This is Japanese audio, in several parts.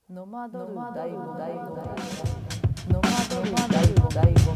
ノマドル大悟ノマドル大悟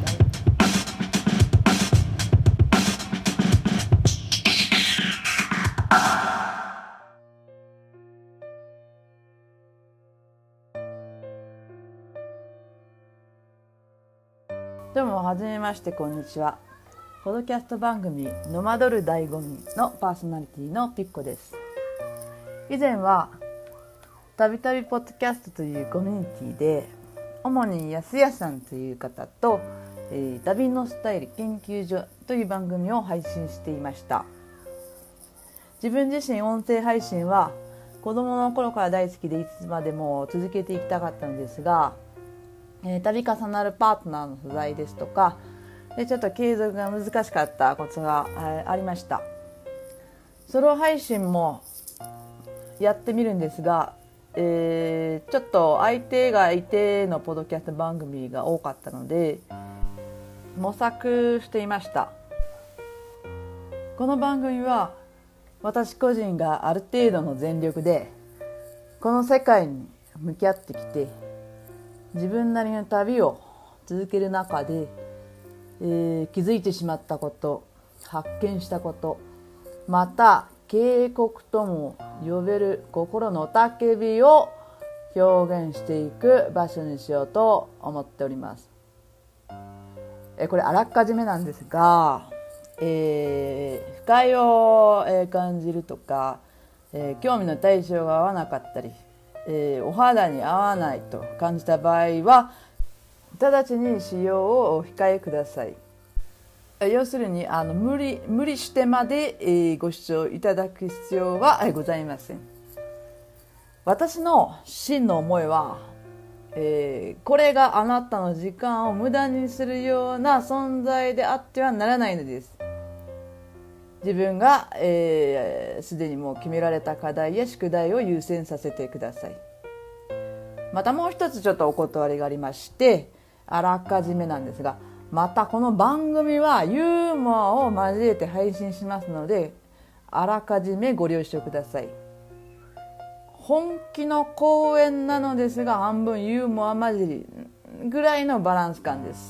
どうもはじめまして、こんにちは。ポッドキャスト番組ノマドル大悟のパーソナリティのピッコです。以前はたびたびポッドキャストというコミュニティで主に安谷さんという方と、旅のスタイル研究所という番組を配信していました。自分自身音声配信は子供の頃から大好きでいつまでも続けていきたかったのですが、度重なるパートナーの不在ですとかちょっと継続が難しかったことがありました。ソロ配信もやってみるんですが、ちょっと相手がいてのポッドキャスト番組が多かったので模索していました。この番組は私個人がある程度の全力でこの世界に向き合ってきて自分なりの旅を続ける中で、気づいてしまったこと、発見したこと、また警告とも呼べる心の叫びを表現していく場所にしようと思っております。これあらかじめなんですが、不快を感じるとか、興味の対象が合わなかったり、お肌に合わないと感じた場合は直ちに使用をお控えください。要するに無理してまで、ご視聴いただく必要はございません。私の真の思いは、これがあなたの時間を無駄にするような存在であってはならないのです。自分がすでにもう決められた課題や宿題を優先させてください。またもう一つちょっとお断りがありまして、あらかじめなんですが、またこの番組はユーモアを交えて配信しますのであらかじめご了承ください。本気の講演なのですが半分ユーモア混じりぐらいのバランス感です。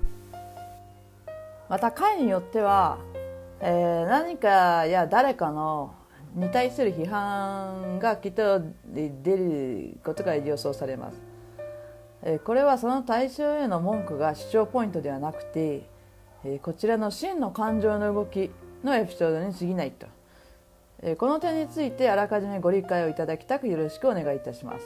また回によっては、何かや誰かのに対する批判がきっと出ることが予想されます。これはその対象への文句が主張ポイントではなくて、こちらの真の感情の動きのエピソードに過ぎないと、この点についてあらかじめご理解をいただきたくよろしくお願いいたします。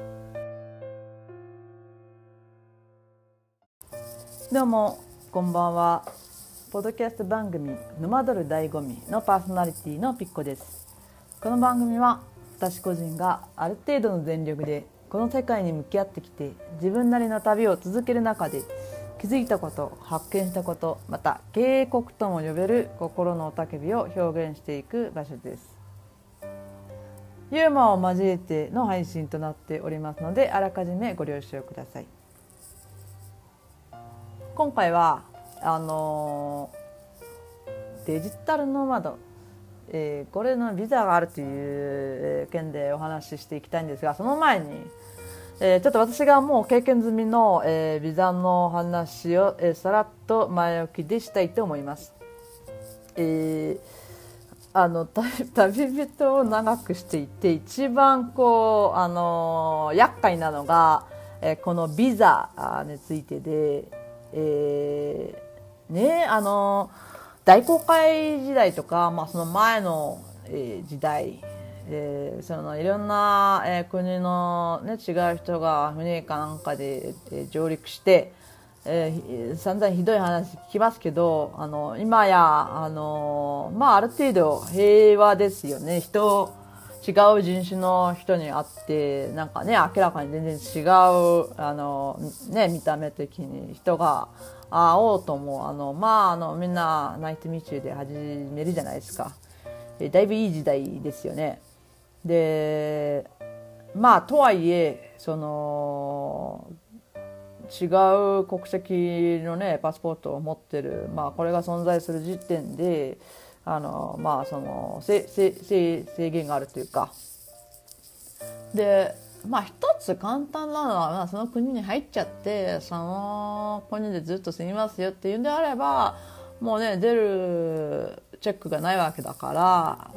どうもこんばんは。ポッドキャスト番組ノマドル醍醐味のパーソナリティのピッコです。この番組は私個人がある程度の全力でこの世界に向き合ってきて自分なりの旅を続ける中で気づいたこと、発見したこと、また警告とも呼べる心の雄たけびを表現していく場所です。ユーモアを交えての配信となっておりますのであらかじめご了承ください。今回はデジタルノマド、これのビザがあるという件でお話ししていきたいんですが、その前に、ちょっと私がもう経験済みの、ビザの話を、さらっと前置きでしたいと思います。旅人を長くしていて一番厄介なのが、このビザについてで、大航海時代とか、その前の、時代、そのいろんな、国の、違う人が船かなんかで、上陸して、散々ひどい話聞きますけど、今やある程度平和ですよね。違う人種の人に会ってなんかね、明らかに全然違う見た目的に人が会おうともみんなナイトミーチューで始めるじゃないですか。だいぶいい時代ですよね。でとはいえその違う国籍のねパスポートを持ってる、これが存在する時点でその制限があるというかで、 一つ簡単なのは、その国に入っちゃってその国でずっと住みますよっていうんであれば、もうね出るチェックがないわけだから、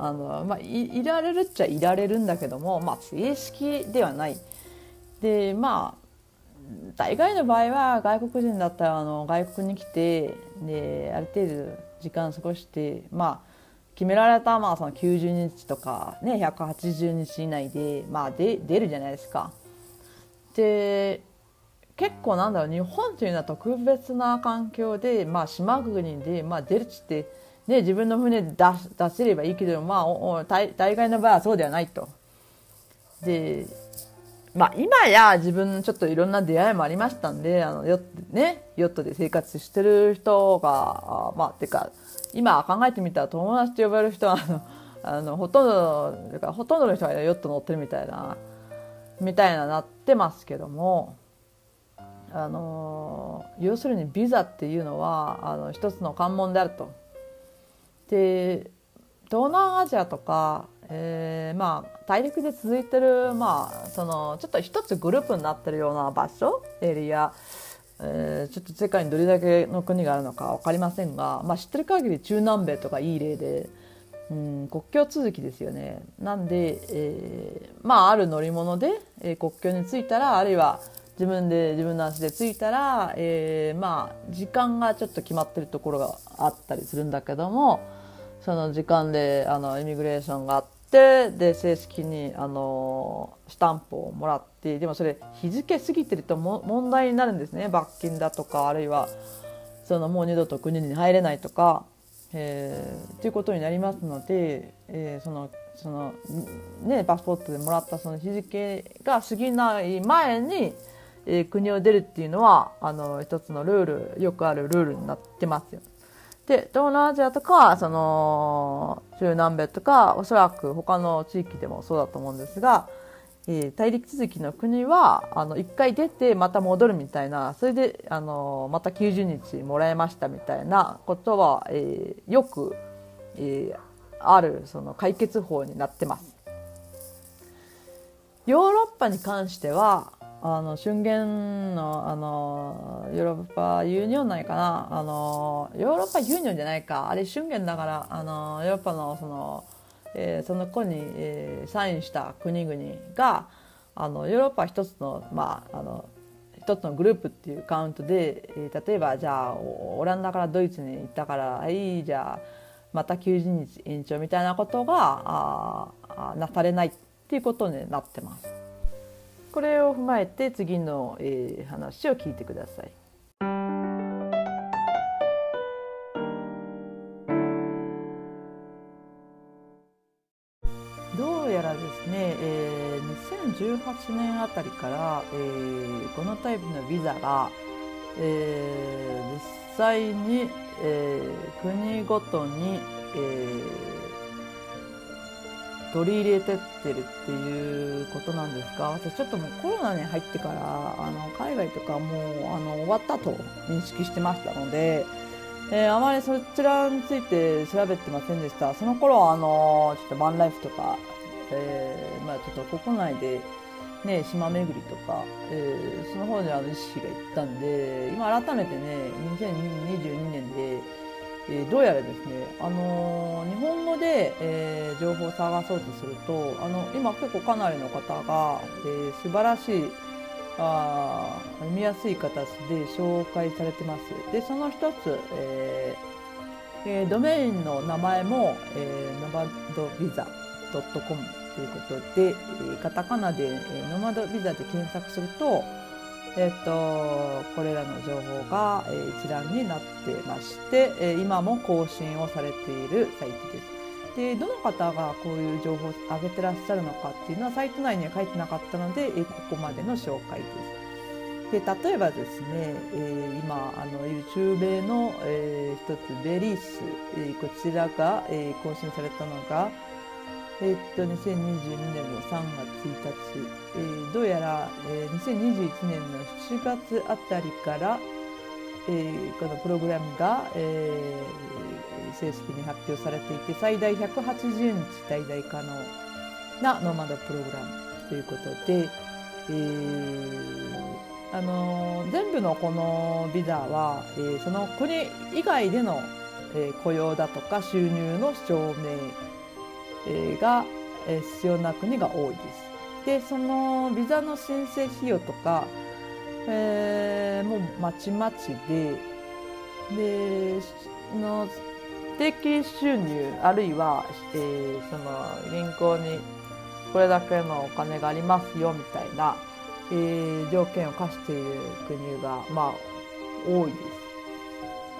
いられるっちゃいられるんだけども、正式ではない。で大概の場合は外国人だったら外国に来て、である程度時間過ごして、決められたその90日とか、ね、180日以内で、出るじゃないですか。で結構日本というのは特別な環境で、島国で、出るっつって、ね、自分の船で出せればいいけど、大概の場合はそうではないと。で今や自分ちょっといろんな出会いもありましたんで、ヨットで生活してる人が、てか今考えてみたら友達と呼ばれる人はほとんどの人がヨット乗ってるみたいななってますけども、要するにビザっていうのは一つの関門であると。で東南アジアとか、大陸で続いてる、そのちょっと一つグループになってるような場所エリア、ちょっと世界にどれだけの国があるのか分かりませんが、知ってる限り中南米とかいい例で、国境続きですよね。なんで、ある乗り物で、国境に着いたら、あるいは自分の足で着いたら、時間がちょっと決まってるところがあったりするんだけども、その時間でイミグレーションがあって、で正式にスタンプをもらって、でもそれ日付過ぎてると問題になるんですね。罰金だとか、あるいはもう二度と国に入れないとか、ということになりますので、パスポートでもらったその日付が過ぎない前に、国を出るっていうのは一つのよくあるルールになってますよ。で東南アジアとか中南米とか、おそらく他の地域でもそうだと思うんですが、大陸続きの国は一回出てまた戻るみたいな、それでまた90日もらえましたみたいなことは、よく、あるその解決法になってます。ヨーロッパに関しては春言のヨーロッパユニオンないかな、ヨーロッパユニオンじゃないか、あれ春言だから、ヨーロッパのその子に、サインした国々がヨーロッパ一つの一つのグループっていうカウントで、例えばじゃあオランダからドイツに行ったから、じゃあまた90日延長みたいなことがなされないっていうことになってます。これを踏まえて次の、話を聞いてください。どうやらですね、2018年あたりから、このタイプのビザが、実際に、国ごとに、取り入れてってるっていうことなんですが、私ちょっともうコロナに入ってから海外とかもう終わったと認識してましたので、あまりそちらについて調べてませんでした。その頃はちょっとバンライフとか、ちょっと国内でね島巡りとか、その方に意識がいったんで、今改めてね2022年でどうやらですね、日本語で、情報を探そうとすると今結構かなりの方が、素晴らしい読みやすい形で紹介されてます。でその一つ、ドメインの名前も、ノマドビザ .com ということで、カタカナで、ノマドビザで検索するとこれらの情報が一覧になってまして、今も更新をされているサイトです。でどの方がこういう情報を上げてらっしゃるのかっていうのはサイト内には書いてなかったので、ここまでの紹介です。で例えばですね、今いる中米の、一つベリース、こちらが、更新されたのが2022年の3月1日、どうやら、2021年の7月あたりから、このプログラムが、正式に発表されていて、最大180日滞在可能なノマドプログラムということで、 全部のこのビザは、その国以外での、雇用だとか収入の証明、が、必要な国が多いです。でそのビザの申請費用とか、もうまちまちでの定期収入あるいは、その銀行にこれだけのお金がありますよみたいな、条件を課している国が、多いです。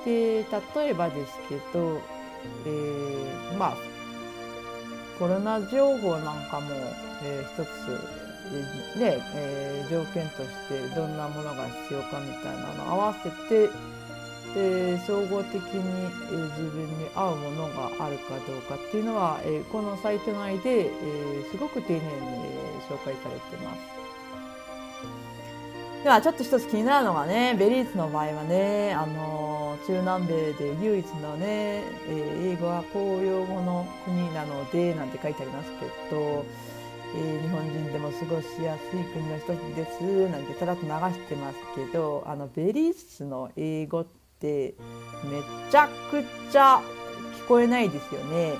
で例えばですけど、コロナ情報なんかも、一つ、条件としてどんなものが必要かみたいなのを合わせて、総合的に、自分に合うものがあるかどうかっていうのは、このサイト内で、すごく丁寧に、紹介されてます。ではちょっと一つ気になるのがね、ベリーズの場合はね、中南米で唯一のね、英語は公用語の国なのでなんて書いてありますけど、日本人でも過ごしやすい国の一つですなんてさらっと流してますけど、ベリーズの英語ってめちゃくちゃ聞こえないですよね。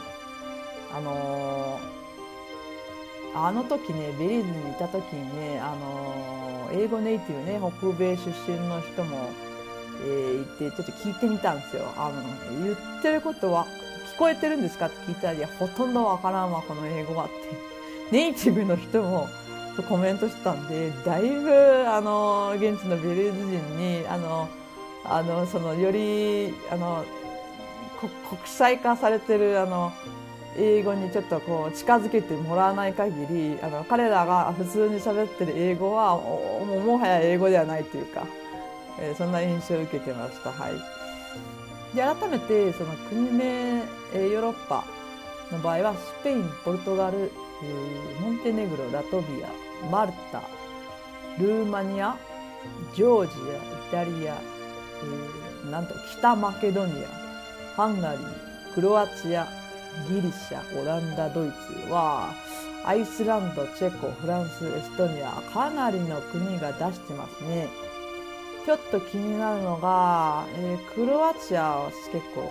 あの時ね、ベリーズにいた時にね、英語ネイティブね、北米出身の人も、いて、ちょっと聞いてみたんですよ。言ってることは聞こえてるんですかって聞いたら、いや、ほとんどわからんわ、この英語はって。ネイティブの人もコメントしてたんで、だいぶ、現地のベリーズ人に、その、より、国際化されてる、英語にちょっとこう近づけてもらわない限り、彼らが普通に喋ってる英語はもはや英語ではないというか、そんな印象を受けてました。はい。で改めてその国名、ヨーロッパの場合はスペイン、ポルトガル、モンテネグロ、ラトビア、マルタ、ルーマニア、ジョージア、イタリア、なんと北マケドニア、ハンガリー、クロアチア、ギリシャ、オランダ、ドイツはアイスランド、チェコ、フランス、エストニア、かなりの国が出してますね。ちょっと気になるのが、クロアチアは結構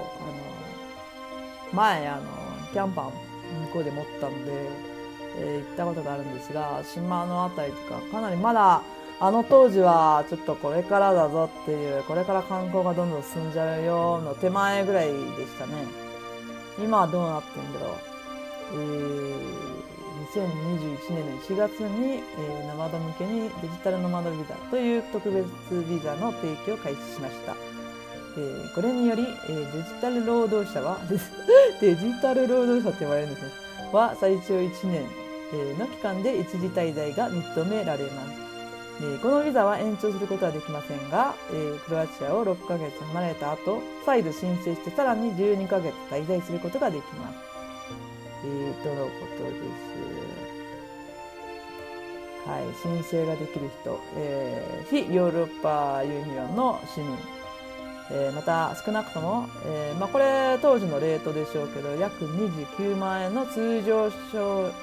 前キャンパー向こうで持ったんで、行ったことがあるんですが、島のあたりとかかなりまだ当時はちょっとこれからだぞっていう、これから観光がどんどん進んじゃうよの手前ぐらいでしたね。今はどうなってんだろう。2021年の1月に、ノマド向けにデジタルノマドビザという特別ビザの提供を開始しました。これにより、デジタル労働者はデジタル労働者って言われるんですね。は最長1年、の期間で一時滞在が認められます。このビザは延長することはできませんが、クロアチアを6ヶ月離れた後、再度申請してさらに12ヶ月滞在することができます。とのことです。はい、申請ができる人、非ヨーロッパユニオンの市民、また少なくとも、これ当時のレートでしょうけど、約29万円の通常収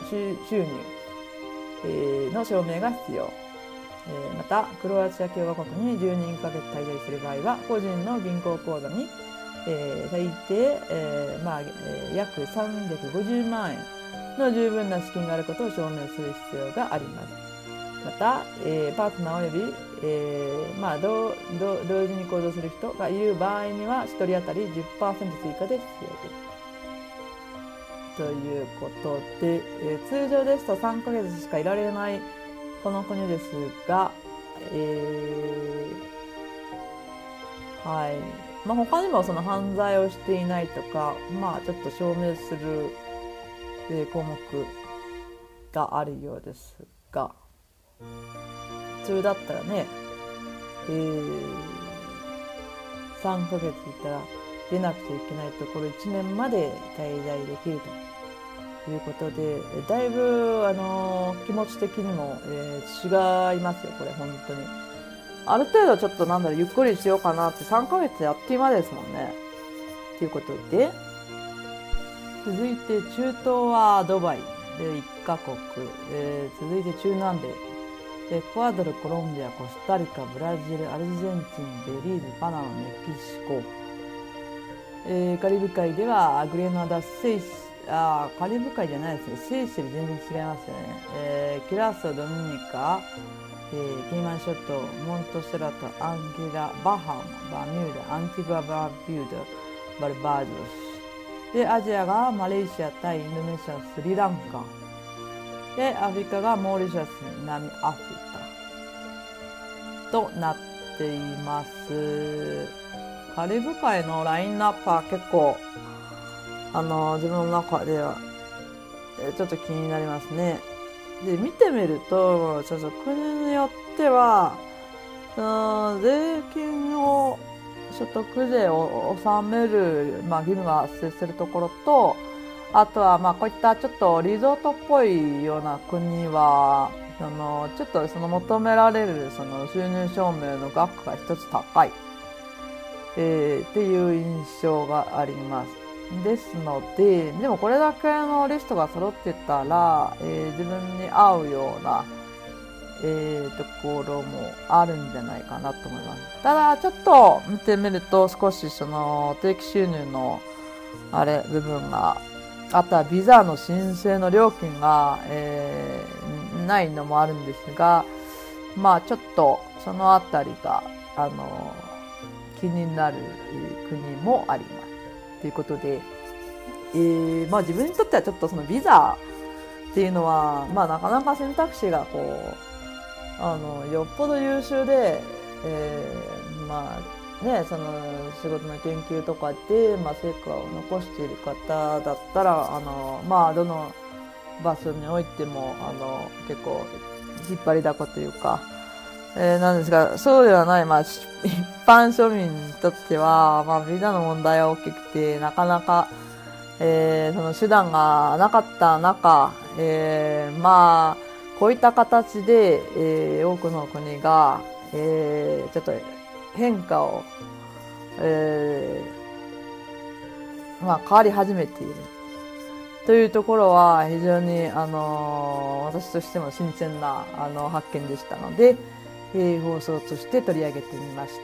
入、の証明が必要。またクロアチア共和国に12ヶ月滞在する場合は個人の銀行口座に、最低、約350万円の十分な資金があることを証明する必要があります。また、パートナーおよび、同時に行動する人がいる場合には1人当たり 10% 追加で必要です。ということで、通常ですと3ヶ月しかいられないこの国ですが、はい。他にもその犯罪をしていないとか、ちょっと証明する、項目があるようですが、普通だったらね、3ヶ月いたら出なくちゃいけないところ1年まで滞在できるということで、だいぶ気持ち的にも、違いますよ、これ本当に。ある程度ちょっとゆっくりしようかなって、3ヶ月あっという間ですもんね。ということで、続いて中東はドバイで1カ国、続いて中南米、 エクアドル、コロンビア、コスタリカ、ブラジル、アルゼンチン、ベリーズ、パナマ、メキシコ。カリブ海ではグレナダ、カリブ海じゃないですね。セイシェル全然違いますよね。キュラソ、ドミニカ、ケイマン諸島、モントセラト、アンギラ、バハマ、バミューダ、アンティグア・バビューダ、バルバードス。で、アジアがマレーシア、タイ、インドネシア、スリランカ。で、アフリカがモーリシャス、南アフリカとなっています。カリブ海のラインナップは結構自分の中ではちょっと気になりますね。で見てみるとちょっと国によっては税金を所得税を納める、義務が発生するところと、あとはこういったちょっとリゾートっぽいような国はちょっとその求められるその収入証明の額が一つ高い、っていう印象があります。ですので、でもこれだけのリストが揃ってたら、自分に合うような、ところもあるんじゃないかなと思います。ただちょっと見てみると少しその定期収入の部分が、あとはビザの申請の料金が、ないのもあるんですが、ちょっとそのあたりが気になる国もありますということで、自分にとってはちょっとそのビザっていうのは、なかなか選択肢がよっぽど優秀で、その仕事の研究とかで、成果を残している方だったらどの場所においても結構引っ張りだこというか、なんですが、そうではない、一般庶民にとっては、ビザの問題は大きくて、なかなか、その手段がなかった中、こういった形で、多くの国が、ちょっと変化を、変わり始めているというところは非常に、私としても新鮮な発見でしたので、放送として取り上げてみました。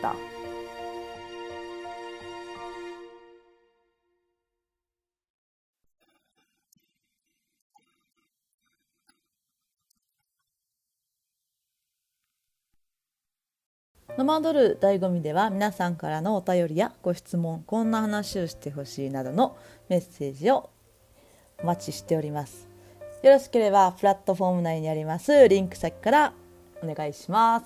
ノマドル醍醐味では皆さんからのお便りやご質問、こんな話をしてほしいなどのメッセージをお待ちしております。よろしければプラットフォーム内にありますリンク先からお願いします。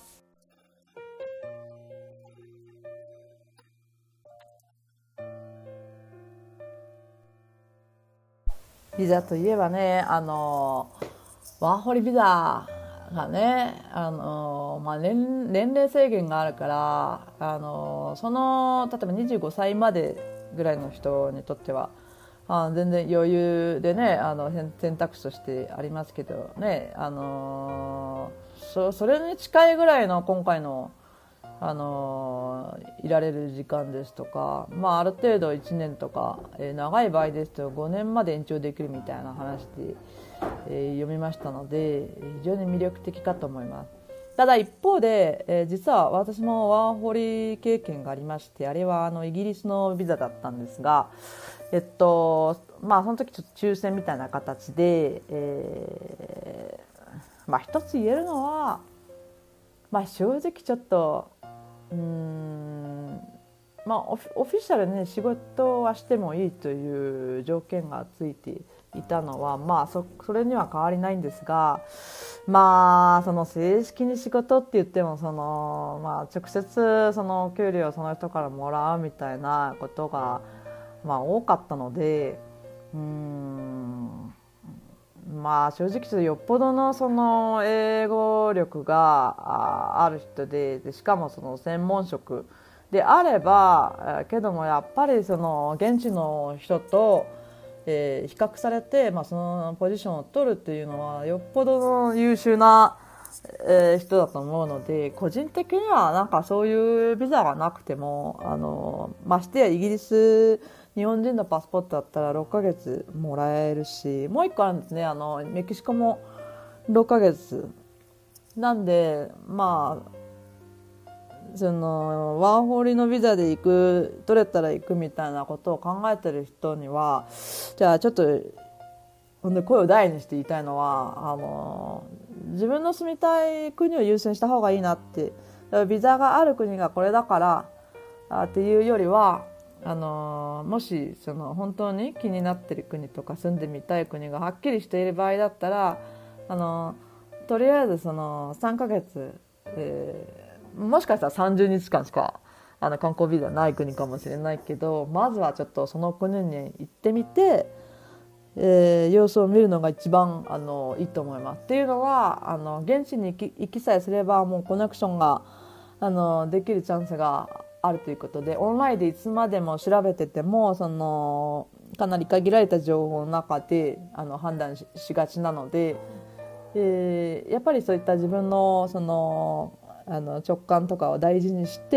ビザといえばね、ワーホリビザがね、年齢制限があるから、例えば25歳までぐらいの人にとっては、全然余裕でね、選択肢としてありますけどね、それに近いぐらいの今回のいられる時間ですとか、ある程度1年とか、長い場合ですと5年まで延長できるみたいな話で、読みましたので非常に魅力的かと思います。ただ一方で、実は私もワーホリ経験がありまして、あれはイギリスのビザだったんですが、その時ちょっと抽選みたいな形で、一つ言えるのは、正直ちょっとオフィシャルに仕事はしてもいいという条件がついていたのは、それには変わりないんですが、その正式に仕事って言っても直接その給料をその人からもらうみたいなことが多かったので、正直ちょっとよっぽどのその英語力がある人で、しかもその専門職であれば、けどもやっぱりその現地の人と、比較されて、そのポジションを取るっていうのはよっぽどの優秀な、人だと思うので、個人的にはなんかそういうビザがなくてもましてやイギリス日本人のパスポートだったら6ヶ月もらえるし、もう一個あるんですね、メキシコも6ヶ月なんでそのワーホリのビザで取れたら行くみたいなことを考えてる人には、じゃあちょっと声を大にして言いたいのは、自分の住みたい国を優先した方がいいなって。ビザがある国がこれだからっていうよりは、もし本当に気になってる国とか住んでみたい国がはっきりしている場合だったら、とりあえず3ヶ月、もしかしたら30日間しか観光ビザない国かもしれないけど、まずはちょっとその国に行ってみて、様子を見るのが一番いいと思います。っていうのは現地に行きさえすればもうコネクションができるチャンスがあるということで、オンラインでいつまでも調べててもかなり限られた情報の中で判断 しがちなので、やっぱりそういった自分の直感とかを大事にして、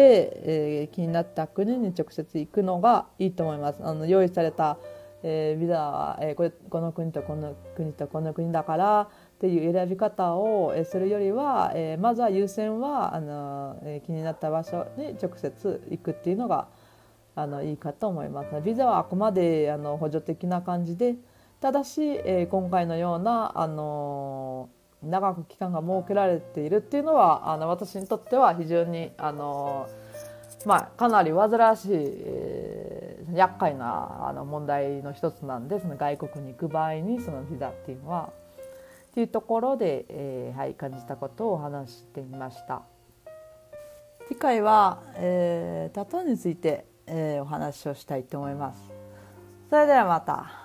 気になった国に直接行くのがいいと思います。用意されたビザは、この国とこの国とこの国だからっていう選び方をするよりは、まずは優先は気になった場所に直接行くっていうのがいいかと思います。ビザはあくまで補助的な感じで、ただし、今回のような長く期間が設けられているっていうのは私にとっては非常にかなり煩わしい、厄介な問題の一つなんで、外国に行く場合にそのビザっていうのはっていうところで、感じたことをお話ししてみました。次回は、タトゥーについて、お話をしたいと思います。それではまた。